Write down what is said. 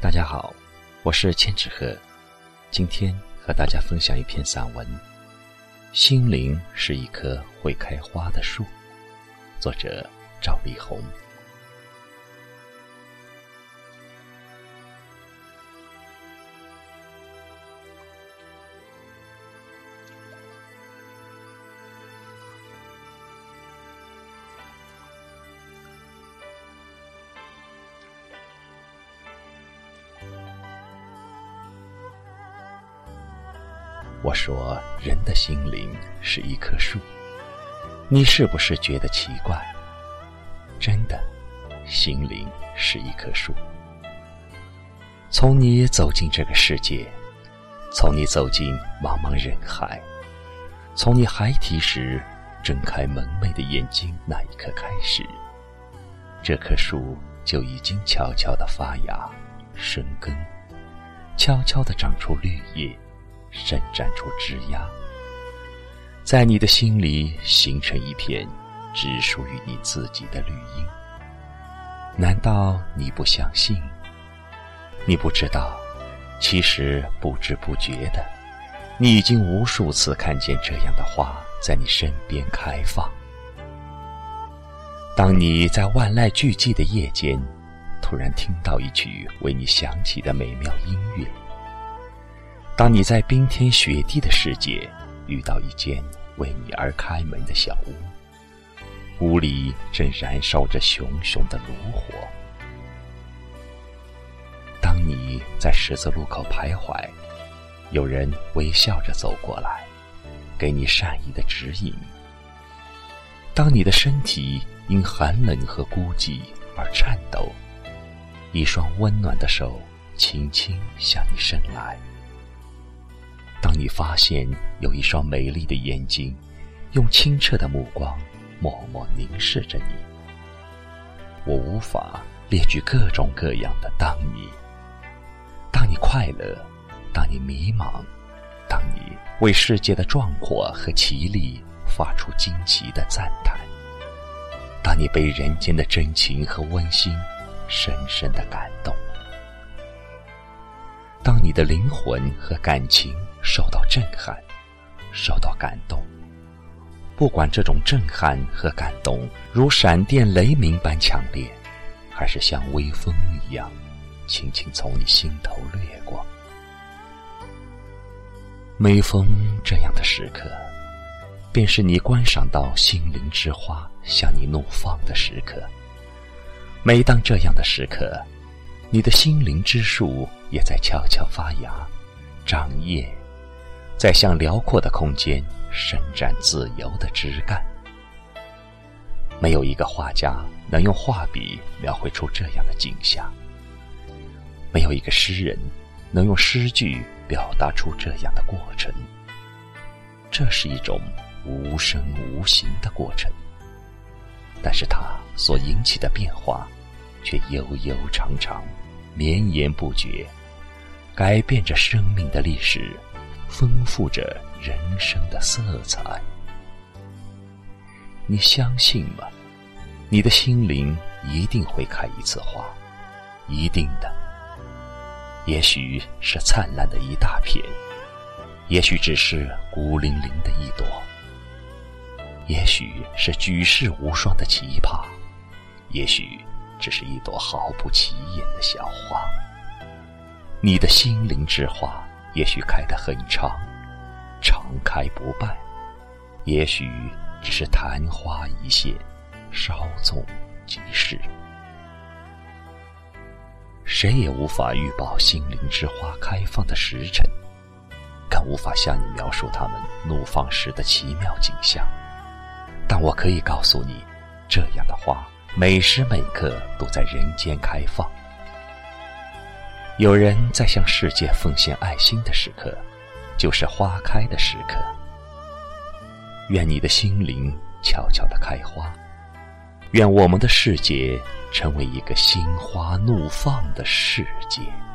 大家好，我是千纸鹤，今天和大家分享一篇散文《心灵是一棵会开花的树》，作者赵丽宏。我说人的心灵是一棵树，你是不是觉得奇怪？真的，心灵是一棵树。从你走进这个世界，从你走进茫茫人海，从你孩提时睁开蒙昧的眼睛那一刻开始，这棵树就已经悄悄地发芽生根，悄悄地长出绿叶，伸展出枝桠，在你的心里形成一片只属于你自己的绿荫。难道你不相信？你不知道，其实不知不觉的，你已经无数次看见这样的花在你身边开放。当你在万籁俱寂的夜间，突然听到一曲为你响起的美妙音乐，当你在冰天雪地的世界遇到一间为你而开门的小屋，屋里正燃烧着熊熊的炉火。当你在十字路口徘徊，有人微笑着走过来，给你善意的指引。当你的身体因寒冷和孤寂而颤抖，一双温暖的手轻轻向你伸来。当你发现有一双美丽的眼睛用清澈的目光默默凝视着你，我无法列举各种各样的当你快乐，当你迷茫，当你为世界的壮阔和奇丽发出惊奇的赞叹，当你被人间的真情和温馨深深的感动，当你的灵魂和感情受到震撼，受到感动，不管这种震撼和感动如闪电雷鸣般强烈，还是像微风一样轻轻从你心头掠过。每逢这样的时刻，便是你观赏到心灵之花向你怒放的时刻。每当这样的时刻，你的心灵之树也在悄悄发芽长叶，在向辽阔的空间伸展自由的枝干。没有一个画家能用画笔描绘出这样的景象，没有一个诗人能用诗句表达出这样的过程。这是一种无声无形的过程，但是它所引起的变化却悠悠长长，绵延不绝，改变着生命的历史，丰富着人生的色彩。你相信吗？你的心灵一定会开一次花，一定的。也许是灿烂的一大片，也许只是孤零零的一朵，也许是举世无双的奇葩，也许只是一朵毫不起眼的小花。你的心灵之花也许开得很长，常开不败，也许只是昙花一现，稍纵即逝。谁也无法预报心灵之花开放的时辰，更无法向你描述它们怒放时的奇妙景象。但我可以告诉你，这样的花每时每刻都在人间开放。有人在向世界奉献爱心的时刻，就是花开的时刻。愿你的心灵悄悄地开花，愿我们的世界成为一个心花怒放的世界。